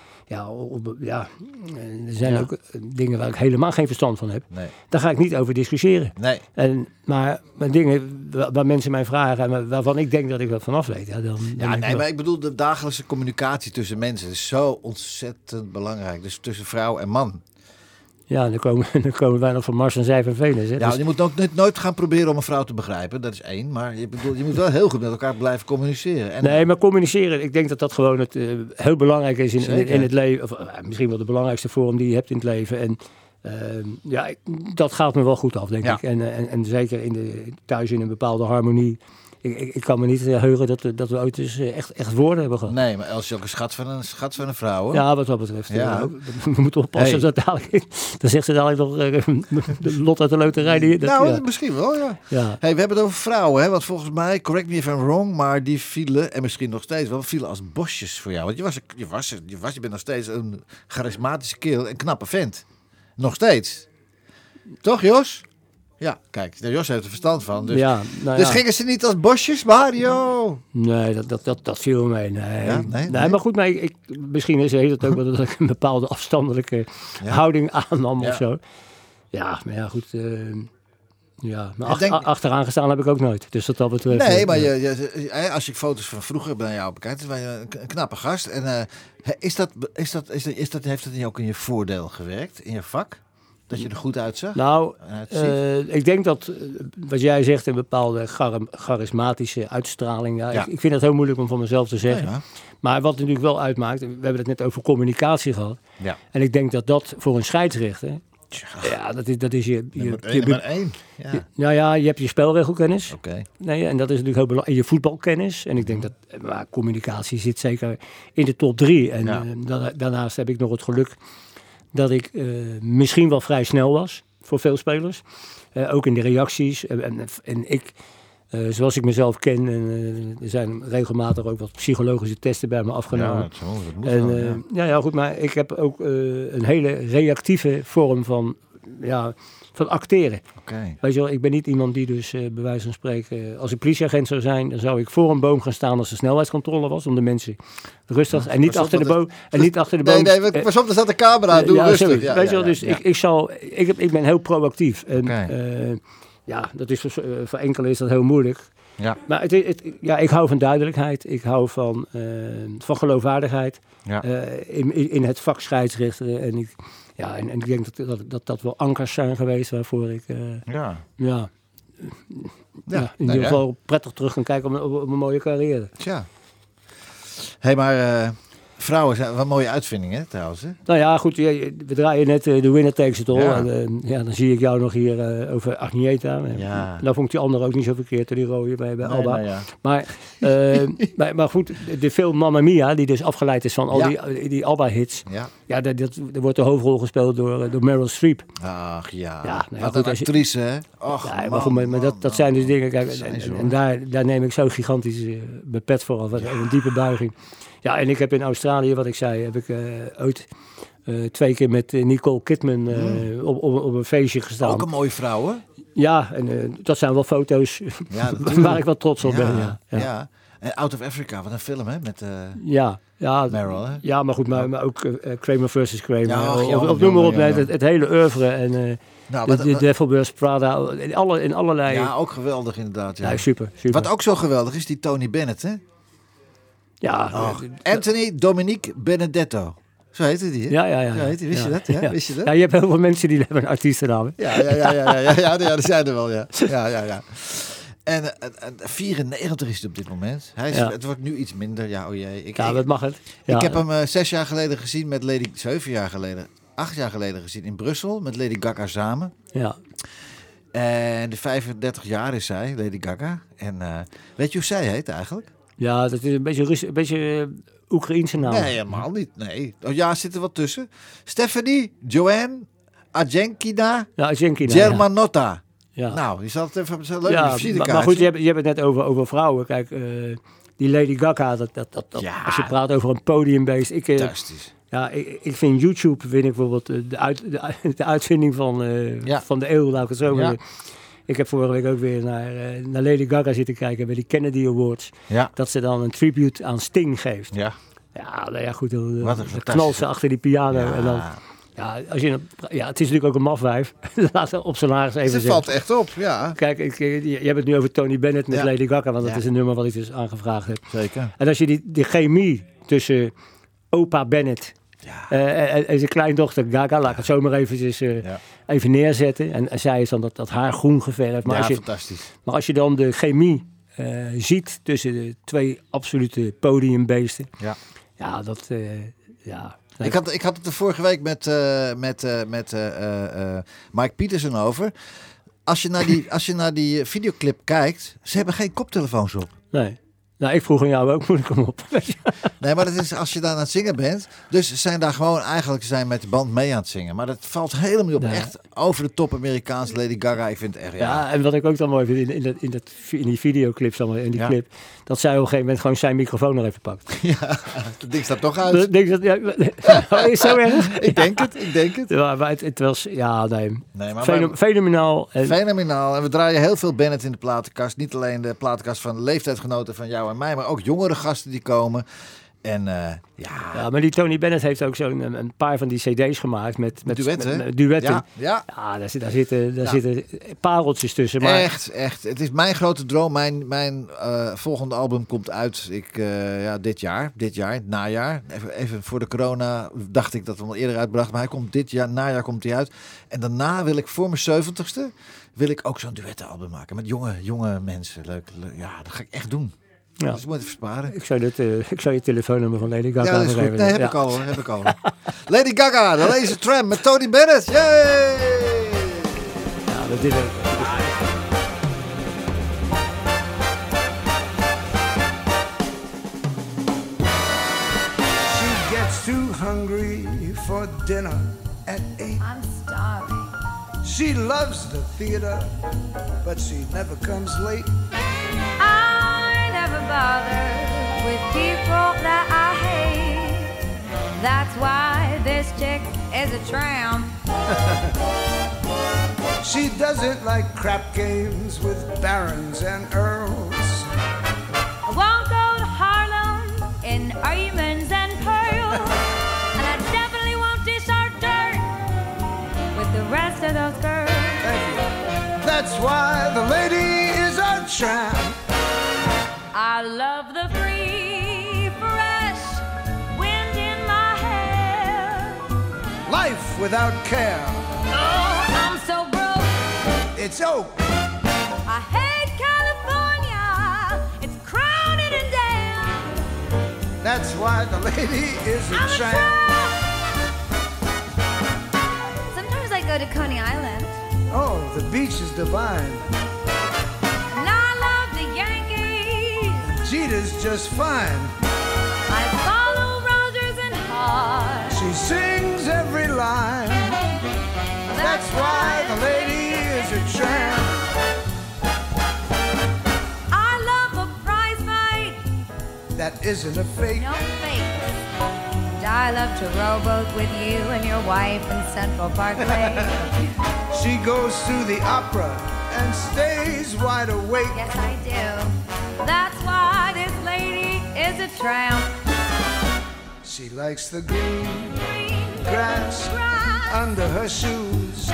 er zijn ook dingen waar ik helemaal geen verstand van heb. Nee. Daar ga ik niet over discussiëren. Nee. Maar dingen waar mensen mij vragen en waarvan ik denk dat ik wat vanaf weet. Maar ik bedoel, de dagelijkse communicatie tussen mensen is zo ontzettend belangrijk. Dus tussen vrouw en man. Ja, dan komen wij nog van Mars en zij van Venus. Hè? Ja, dus... je moet ook nooit gaan proberen om een vrouw te begrijpen. Dat is 1. Maar je moet wel heel goed met elkaar blijven communiceren. En maar communiceren, ik denk dat gewoon heel belangrijk is in het leven. Of misschien wel de belangrijkste vorm die je hebt in het leven. En dat gaat me wel goed af, denk ik. En zeker thuis in een bepaalde harmonie. Ik kan me niet heugen dat we ooit eens echt woorden hebben gehad. Nee, maar Els is ook een schat van een vrouw, hoor. Ja, wat dat betreft. Ja. We moeten oppassen. Dat dadelijk, dan zegt ze dadelijk nog de lot uit de loterij. Misschien wel, ja. Hey, we hebben het over vrouwen, hè? Want volgens mij, correct me if I'm wrong, maar die vielen, en misschien nog steeds wel, vielen als bosjes voor jou. Want je bent nog steeds een charismatische kerel, een knappe vent. Nog steeds. Toch, Jos? Ja, kijk, Jos heeft er verstand van. Dus, dus gingen ze niet als bosjes, Mario? Nee, dat viel mee. Nee, maar goed, misschien is het ook wel dat ik een bepaalde afstandelijke houding aannam of zo. Ja, maar ja, goed. Maar achteraan gestaan heb ik ook nooit. Dus dat betreft. Nee, maar als ik foto's van vroeger bij jou bekijk, dan ben je een knappe gast. En heeft dat ook in je voordeel gewerkt, in je vak? Dat je er goed uitzag? Nou, ik denk dat wat jij zegt, een bepaalde charismatische uitstraling. Ja, Ja. Ik vind het heel moeilijk om van mezelf te zeggen. Ja. Maar wat natuurlijk wel uitmaakt, we hebben het net over communicatie gehad. Ja. En ik denk dat voor een scheidsrechter, ja, dat is je Nummer 1. Ja. nou ja, je hebt je spelregelkennis. Oké. Nee, en dat is natuurlijk heel belangrijk. En je voetbalkennis. En ik denk dat maar communicatie zit zeker in de top 3. En Ja. daarnaast heb ik nog het geluk dat ik misschien wel vrij snel was voor veel spelers. Ook in de reacties. En ik, zoals ik mezelf ken, er zijn regelmatig ook wat psychologische testen bij me afgenomen. Ja, dat moet wel, ja. Ja, goed, maar ik heb ook een hele reactieve vorm van acteren. Oké. Weet je wel, ik ben niet iemand die dus bij wijze van spreken, als ik politieagent zou zijn, dan zou ik voor een boom gaan staan als er snelheidscontrole was, om de mensen rustig en niet pas op, achter de dat boom en niet achter de boom. Nee, pas op, er staat de camera. Doe rustig. Zoiets. Ja, Weet je wel, ja, dus ja. ik ben heel proactief. En Oké. dat is voor enkele is dat heel moeilijk. Ja. Maar ik hou van duidelijkheid. Ik hou van geloofwaardigheid. Ja. In het vak scheidsrechten. En ik denk dat wel ankers zijn geweest waarvoor ik in ieder geval prettig terug kan kijken op een mooie carrière. Tja. Hé, maar vrouwen zijn wel mooie uitvindingen trouwens. Hè? Nou ja, goed, we draaien net de Winner Takes It All. Ja. En dan zie ik jou nog hier over Agnieszka. Ja. Nou vond ik die andere ook niet zo verkeerd, die rode bij Alba. Nee, ja. Maar goed, de film Mamma Mia, die dus afgeleid is van al Ja. die Alba-hits. Ja. Ja, er wordt de hoofdrol gespeeld door Meryl Streep. Ach ja. Ja, nou ja, Wat goed, een als je- actrice, hè? Och, Ja, man, maar dat zijn dus dingen. Kijk, zijn ze, en daar neem ik zo gigantisch mijn pet voor af. Een diepe buiging. Ja, en ik heb in Australië, wat ik zei, heb ik ooit 2 keer met Nicole Kidman op een feestje gestaan. Ook een mooie vrouw, hè? Ja, en dat zijn wel foto's Ja, waar ik wel trots op ben. Ja. En Out of Africa, wat een film, hè? Met Ja, Meryl, hè? ja, maar goed, maar ook Kramer versus Kramer. Ja, Of noem maar op, ja. het hele oeuvre. En Nou, de Devil Wears Prada, in allerlei... ja, ook geweldig inderdaad. Ja. Ja, super. Wat ook zo geweldig is, die Tony Bennett, hè? Ja, Anthony Dominique Benedetto. Zo heette die, hè? ja. Zo heette die. Wist je dat? Ja? Wist je dat? Ja, je hebt heel veel mensen die hebben een artiestennaam. Hè? Ja, dat zijn er wel, ja. Ja. En 94 is het op dit moment. Het wordt nu iets minder. Ja, oh jee. Dat mag het. Ja. Ik heb hem 6 jaar geleden gezien met 7 jaar geleden, 8 jaar geleden gezien in Brussel met Lady Gaga samen. Ja. En de 35 jaar is zij, Lady Gaga. En weet je hoe zij heet eigenlijk? Ja, dat is een beetje Oekraïense naam. Nee, helemaal niet. Nee. Oh, ja, zit er wat tussen. Stephanie, Joanne, Ajenkina, Ajenkina, Germanotta. Ja. Nou, je zal het even zo leuk Ja, visitekaartje. maar goed, je hebt het net over vrouwen. Kijk, die Lady Gaga, Ja. als je praat over een podiumbeest. Fantastisch. Ja, ik vind YouTube, vind ik bijvoorbeeld de uitvinding van de eeuw, laat ik het zo maar zeggen. Ik heb vorige week ook weer naar Lady Gaga zitten kijken bij die Kennedy Awards. Ja. Dat ze dan een tribute aan Sting geeft. Ja. Ja, nou ja, goed. Dan Wat een fantastisch. knalt ze achter die piano. Ja. En dan, het is natuurlijk ook een mafwijf. Laat ze op salaris even Ze zeggen. valt echt op, ja. Kijk, je hebt het nu over Tony Bennett met Ja. Lady Gaga, want dat Ja. is een nummer wat ik dus aangevraagd heb. Zeker. En als je die chemie tussen opa Bennett en zijn kleindochter Gaga, laat ik het zo maar eventjes even neerzetten. En zij is dan dat haar groen geverfd. Maar, Fantastisch. maar als je dan de chemie ziet tussen de 2 absolute podiumbeesten. Ja, dat... Ik had het er vorige week met Mike Peterson over. Als je naar die videoclip kijkt, ze hebben geen koptelefoons op. Nee. Nou, ik vroeg aan jou ook, moet ik hem op? Nee, maar dat is als je daar aan het zingen bent. Dus ze zijn daar gewoon eigenlijk met de band mee aan het zingen. Maar dat valt helemaal niet op. Ja. Echt over de top Amerikaans Lady Gaga. Ik vind het echt, Ja, en wat ik ook dan mooi vind in die videoclips, in die clip, dat zij op een gegeven moment gewoon zijn microfoon nog even pakt. Ja, dat ding staat toch uit. Is zo erg? Ik denk het. Ja, maar het was, fenomenaal. Fenomenaal. En we draaien heel veel Bennett in de platenkast. Niet alleen de platenkast van de leeftijdgenoten van jou en mij, maar ook jongere gasten die komen. En Ja, maar die Tony Bennett heeft ook een paar van die cd's gemaakt met duetten. Met duetten. Ja. Ja, daar zitten pareltjes tussen. Maar... Echt. Het is mijn grote droom. Mijn volgende album komt uit dit jaar, het najaar. Even voor de corona dacht ik dat we hem al eerder uitbracht. Maar hij komt najaar komt hij uit. En daarna wil ik voor mijn 70ste ook zo'n duettenalbum maken. Met jonge mensen. Leuk. Ja, dat ga ik echt doen. Ja. Dus ik moet even sparen. Ik zou je telefoonnummer van Lady Gaga Ja, dat is goed. geven. Nee, heb ik al. Lady Gaga, de Lazy Tramp met Tony Bennett. Yay! Ja, dat is ook. She gets too hungry for dinner at 8. I'm starving. She loves the theater, but she never comes late. I never bother with people that I hate. That's why this chick is a tramp. She doesn't like crap games with barons and earls. I won't go to Harlem in diamonds and pearls. And I definitely won't dish our dirt with the rest of those girls. Thank you. That's why the lady is a tramp. I love the free, fresh wind in my hair. Life without care. Oh, I'm so broke. It's oak. I hate California. It's crowded and damn. That's why the lady is a I'm a tramp. tramp. Sometimes I go to Coney Island. Oh, the beach is divine. And I love the Yankees. Jeter's just fine. I follow Rogers and Hart. She sings every line. That's why the lady is a tramp. I love a prize fight. That isn't a fake. No fakes. And I love to rowboat with you and your wife in Central Park Lake. She goes to the opera and stays wide awake. Yes, I do. That's why this lady is a tramp. She likes the green grass Grass. under her shoes.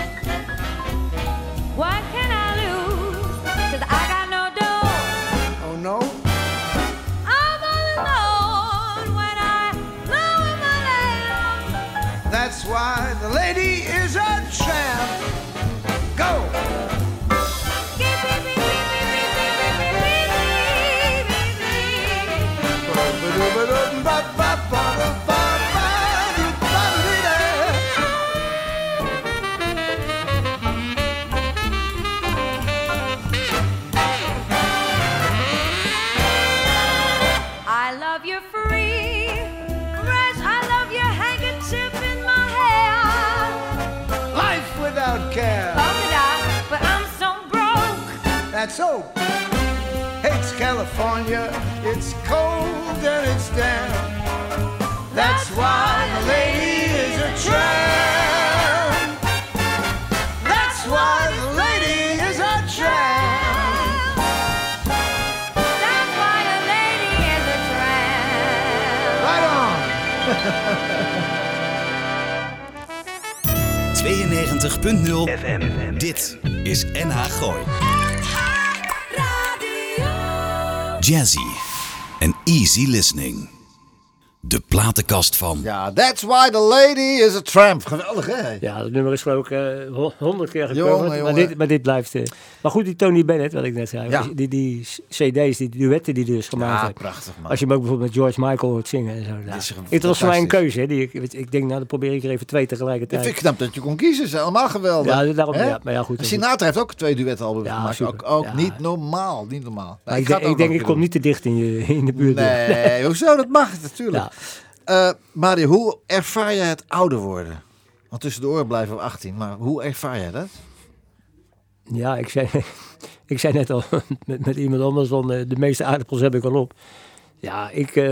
What can I lose? 'Cause I got no dough. Oh no, I'm all alone when I lower my lamp. that's why the lady is a tramp. Go! I love your free, fresh. I love your handkerchief in my hair. Life without care. Polka dot, but I'm so broke. That's oak. Hates California. It's cold and it's damp. That's why the lady is a tramp. That's why the lady is a tramp. That's why a lady is a tramp. Right on. 92.0 FM. Dit is NH Gooi. Jazzy en easy listening. De platenkast van... Ja, that's why the lady is a tramp. Geweldig, hè? Ja, dat nummer is geloof ik 100 keer Jongen, gecoverd. Maar dit blijft... Maar goed, die Tony Bennett, wat ik net zei. Ja. Die cd's, die duetten die hij dus gemaakt Ja, heeft. prachtig, man. Als je hem ook bijvoorbeeld met George Michael hoort zingen en zo. Dit is Het was voor mij een fantastisch. keuze. Hè. Ik denk, nou, dan probeer ik er even 2 Ik tegelijkertijd. vind het knap dat je kon kiezen. Ze zijn allemaal geweldig. Ja, daarom, Hè? ja, maar ja, goed. En Sinatra heeft ook 2 duetalbums Ja, gemaakt. super. Ook Ja. niet normaal. Niet normaal. Maar Nou, ga het ook ik denk, nog een ik keer kom niet te dicht in de buurt. doen. Nee, hoezo? Dat mag natuurlijk. Ja. Mario, hoe ervaar jij het ouder worden? Want tussen de oren blijven we 18. Maar hoe ervaar jij dat? Ja, ik zei net al met iemand anders van de meeste aardappels heb ik al op. Ja,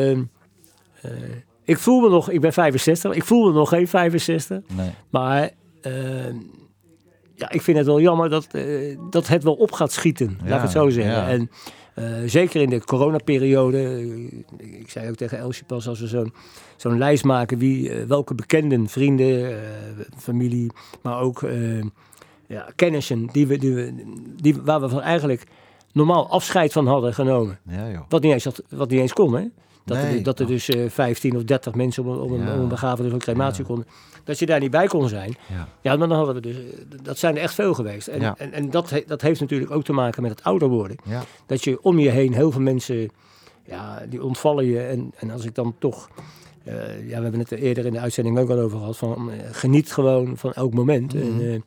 ik voel me nog, ik ben 65, ik voel me nog geen 65. Nee. Maar ik vind het wel jammer dat het wel op gaat schieten. Laat ik het zo zeggen. Ja. En zeker in de coronaperiode. Ik zei ook tegen Elsje pas, als we zo'n lijst maken. Welke bekenden, vrienden, familie, maar ook kennissen. Waar we van eigenlijk normaal afscheid van hadden genomen. Ja, joh. Wat niet eens kon, hè? Dat er Nee. dus 15 of 30 mensen op een begrafenis of een crematie konden. Dat je daar niet bij kon zijn. Ja, maar dan hadden we dus... Dat zijn er echt veel geweest. En dat heeft natuurlijk ook te maken met het ouder worden. Ja. Dat je om je heen heel veel mensen... Ja, die ontvallen je. En als ik dan toch... we hebben het er eerder in de uitzending ook al over gehad. Van geniet gewoon van elk moment. En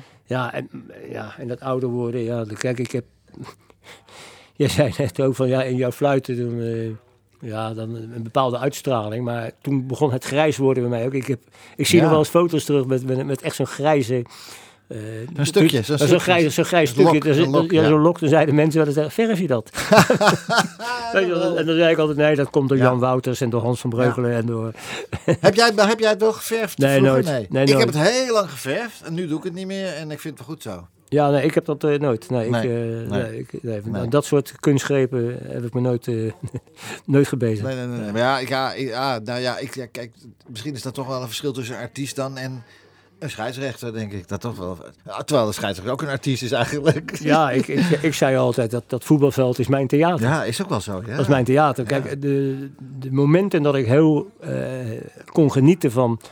dat ouder worden... Ja, kijk, ik heb... Jij zei net ook van... Ja, in jouw fluiten... dan een bepaalde uitstraling. Maar toen begon het grijs worden bij mij ook. Ik zie nog wel eens foto's terug met echt zo'n grijze... Zo'n stukje. Zo'n grijs stukje. Zo'n lok. Dan zeiden mensen wel eens, verf je dat? En dan zei ik altijd, nee, dat komt door Jan Wouters en door Hans van Breukelen. En door... Heb jij het wel geverfd? Nee, nooit. Nee, ik heb het heel lang geverfd en nu doe ik het niet meer en ik vind het wel goed zo. Ja, nee, ik heb dat nooit. Dat soort kunstgrepen heb ik me nooit gebezigd. Nee. Maar kijk, misschien is dat toch wel een verschil tussen een artiest dan en een scheidsrechter, denk ik. Dat toch wel. Terwijl de scheidsrechter ook een artiest is eigenlijk. Ja, ik zei altijd dat voetbalveld is mijn theater. Ja, is ook wel zo. Ja. Dat is mijn theater. Kijk, de momenten dat ik heel kon genieten van...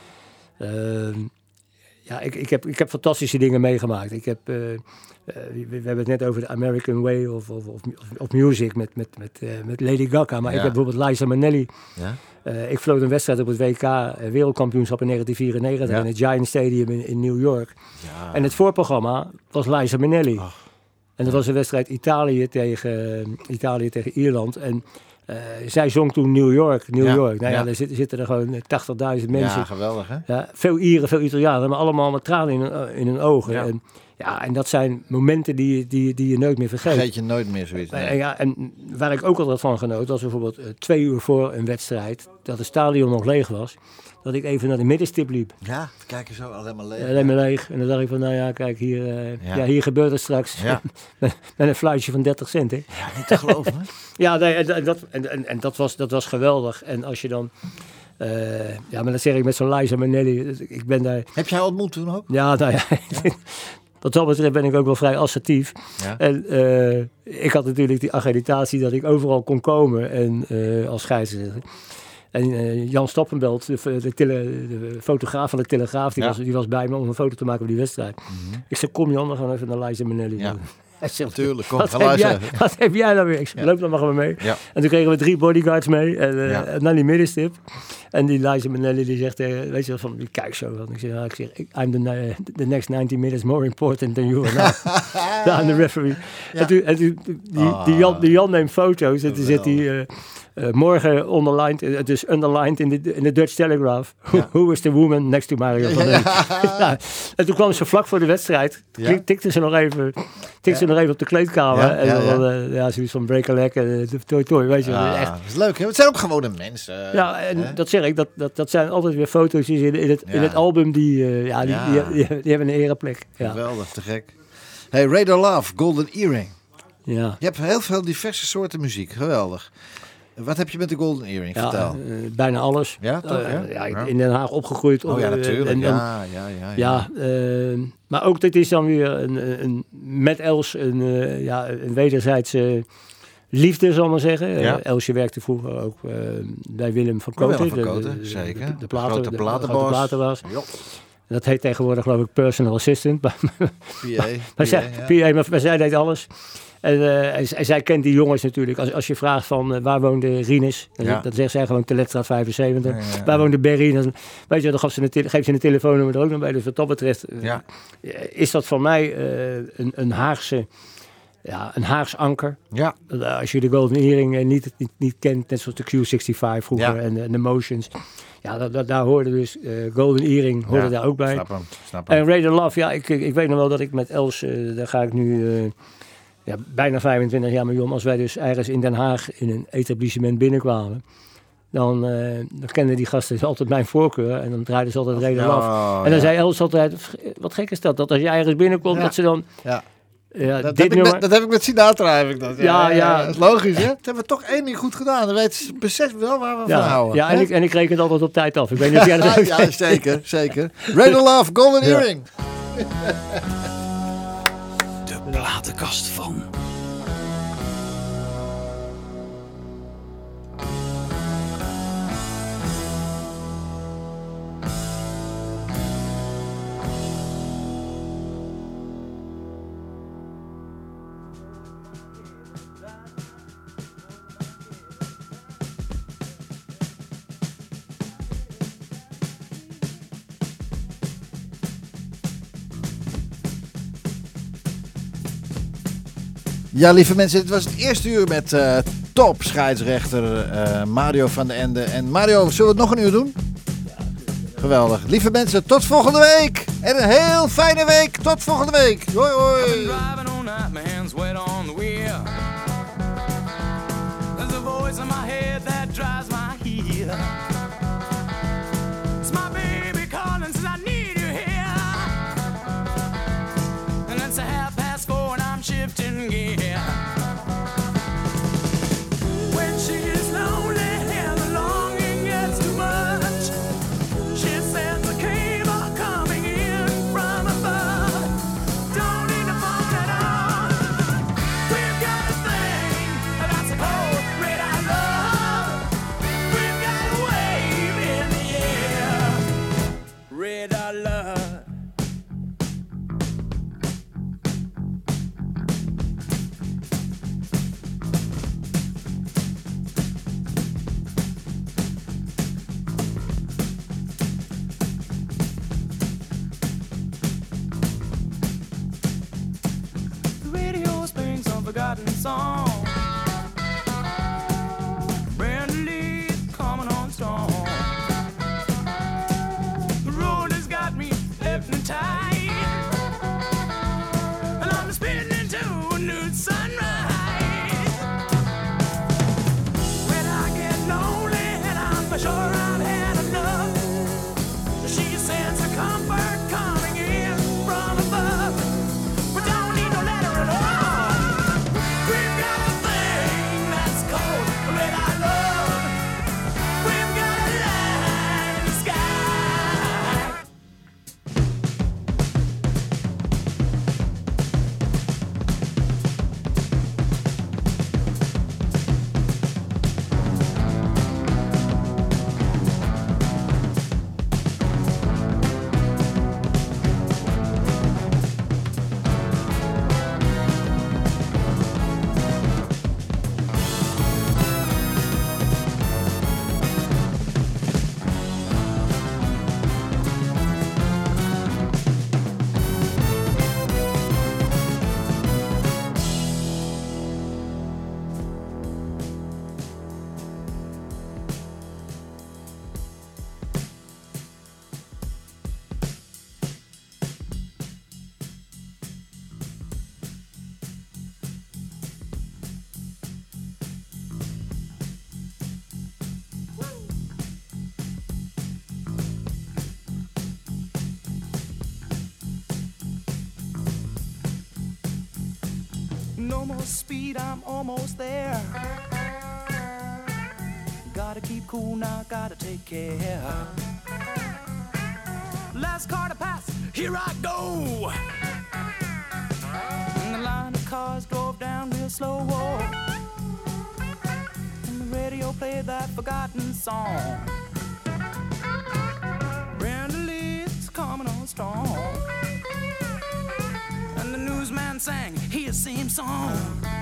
Ik heb fantastische dingen meegemaakt. We hebben het net over de American Way of Music met Lady Gaga. Maar ik heb bijvoorbeeld Liza Minnelli. Ja. Ik floot een wedstrijd op het WK Wereldkampioenschap in 1994 in het Giant Stadium in New York. Ja. En het voorprogramma was Liza Minnelli. En dat was een wedstrijd Italië tegen Ierland. En zij zong toen New York. Nou ja, daar zitten er gewoon 80.000 mensen. Ja, geweldig hè? Ja, veel Ieren, veel Italianen, maar allemaal met tranen in hun ogen. Ja. En dat zijn momenten die je nooit meer vergeet. Vergeet je nooit meer zoiets. Nee. En waar ik ook altijd van genoot, was bijvoorbeeld 2 uur voor een wedstrijd, dat het stadion nog leeg was, dat ik even naar de middenstip liep. Ja, kijk je zo, alleen maar leeg. Alleen maar leeg. En dan dacht ik van, nou ja, kijk, hier gebeurt het straks. Ja. met een fluitje van 30 cent, hè. Ja, niet te geloven, hè? Ja, dat was geweldig. En als je dan... maar dat zeg ik met zo'n Liza Minnelli. Ik ben daar... Heb jij ontmoet toen ook? Ja, nou ja. Wat dat betreft ben ik ook wel vrij assertief. Ja. En ik had natuurlijk die accreditatie dat ik overal kon komen en als scheidsrechter. En Jan Stappenbelt, de fotograaf van de Telegraaf, die was bij me om een foto te maken op die wedstrijd. Mm-hmm. Ik zei, kom Jan, we gaan even naar Liza Minnelli. Ja. Hij zegt, natuurlijk, kom, wat heb jij nou weer? Ik zei, loop dan maar mee. Ja. En toen kregen we 3 bodyguards mee en naar die middenstip. En die Liza Minnelli die zegt, weet je wel, van, die kijkt zo. Ik zeg, I'm the next 90 minutes more important than you are now. I'm the referee. Ja. En die Jan neemt foto's en toen zit hij... morgen underlined, het is underlined in de Dutch Telegraph. Who is the woman next to Mario van Dijk? En toen kwam ze vlak voor de wedstrijd. Tikte ze nog even op de kleedkamer. Zoiets van break a leg. Weet je, echt. Dat is leuk, hè? Het zijn ook gewone mensen. Ja, en dat zeg ik. Dat zijn altijd weer foto's in het album die hebben een ereplek. Ja. Geweldig, te gek. Hey, Radar Love, Golden Earring. Ja. Je hebt heel veel diverse soorten muziek. Geweldig. Wat heb je met de Golden Earring? Vertel. Bijna alles. Ja, toch? In Den Haag opgegroeid. Natuurlijk. Maar ook dit is dan weer met Els een wederzijdse liefde, zal ik maar zeggen. Ja. Elsje werkte vroeger ook bij Willem van Koten. Zeker. De platenbaas. Dat heet tegenwoordig geloof ik personal assistant. PA. Maar zij deed alles. En zij kent die jongens natuurlijk. Als je vraagt van waar woonde Rinus, dan zegt zij gewoon Teletstraat 75. Ja. Waar woonde Berry? Dan, weet je, dan geeft ze een telefoonnummer er ook nog bij. Dus wat dat betreft is dat voor mij een Haagse... Ja, een Haags anker. Ja. Als je de Golden Earring niet kent, net zoals de Q65 vroeger en de Motions. Ja, daar hoorde dus Golden Earring hoorde daar ook bij. Snap hem. En Radar Love, ik weet nog wel dat ik met Els, daar ga ik nu bijna 25 jaar mee om. Als wij dus ergens in Den Haag in een etablissement binnenkwamen. Dan kenden die gasten altijd mijn voorkeur. En dan draaiden ze altijd reden af. En dan zei Els altijd, wat gek is dat als je ergens binnenkomt, dat ze dan... Ja. Ja, dat heb ik met Sinatra, heb ik dat. Ja. Dat is logisch, hè? Dat hebben we toch één ding goed gedaan. Dan weet ze precies wel waar we van houden. Ja, en ik reken het altijd op tijd af. Ik weet niet of jij dat ook ja, zeker. Radar Love, Golden Earring. De platenkast van... Ja, lieve mensen, dit was het eerste uur met top scheidsrechter Mario van den Ende. En Mario, zullen we het nog een uur doen? Geweldig. Lieve mensen, tot volgende week. En een heel fijne week. Tot volgende week. Hoi, hoi. Shifting gear. When she is lonely and the longing gets too much, she sends a cable coming in from above. Don't need to phone at all. We've got a thing that's a cold red I love. We've got a wave in the air. Red I love. Forgotten song. Brand Lee's coming on strong. The road has got me hypnotized, and I'm spinning into a new sunrise. When I get lonely and I'm sure I've had enough, she sends a comfort coming in from above. We don't need no letter at all. No more speed, I'm almost there. Gotta keep cool now, gotta take care. Last car to pass, here I go. And the line of cars drove down real slow. And the radio played that forgotten song. Brenda Lee's coming on strong. And the newsman sang his same song.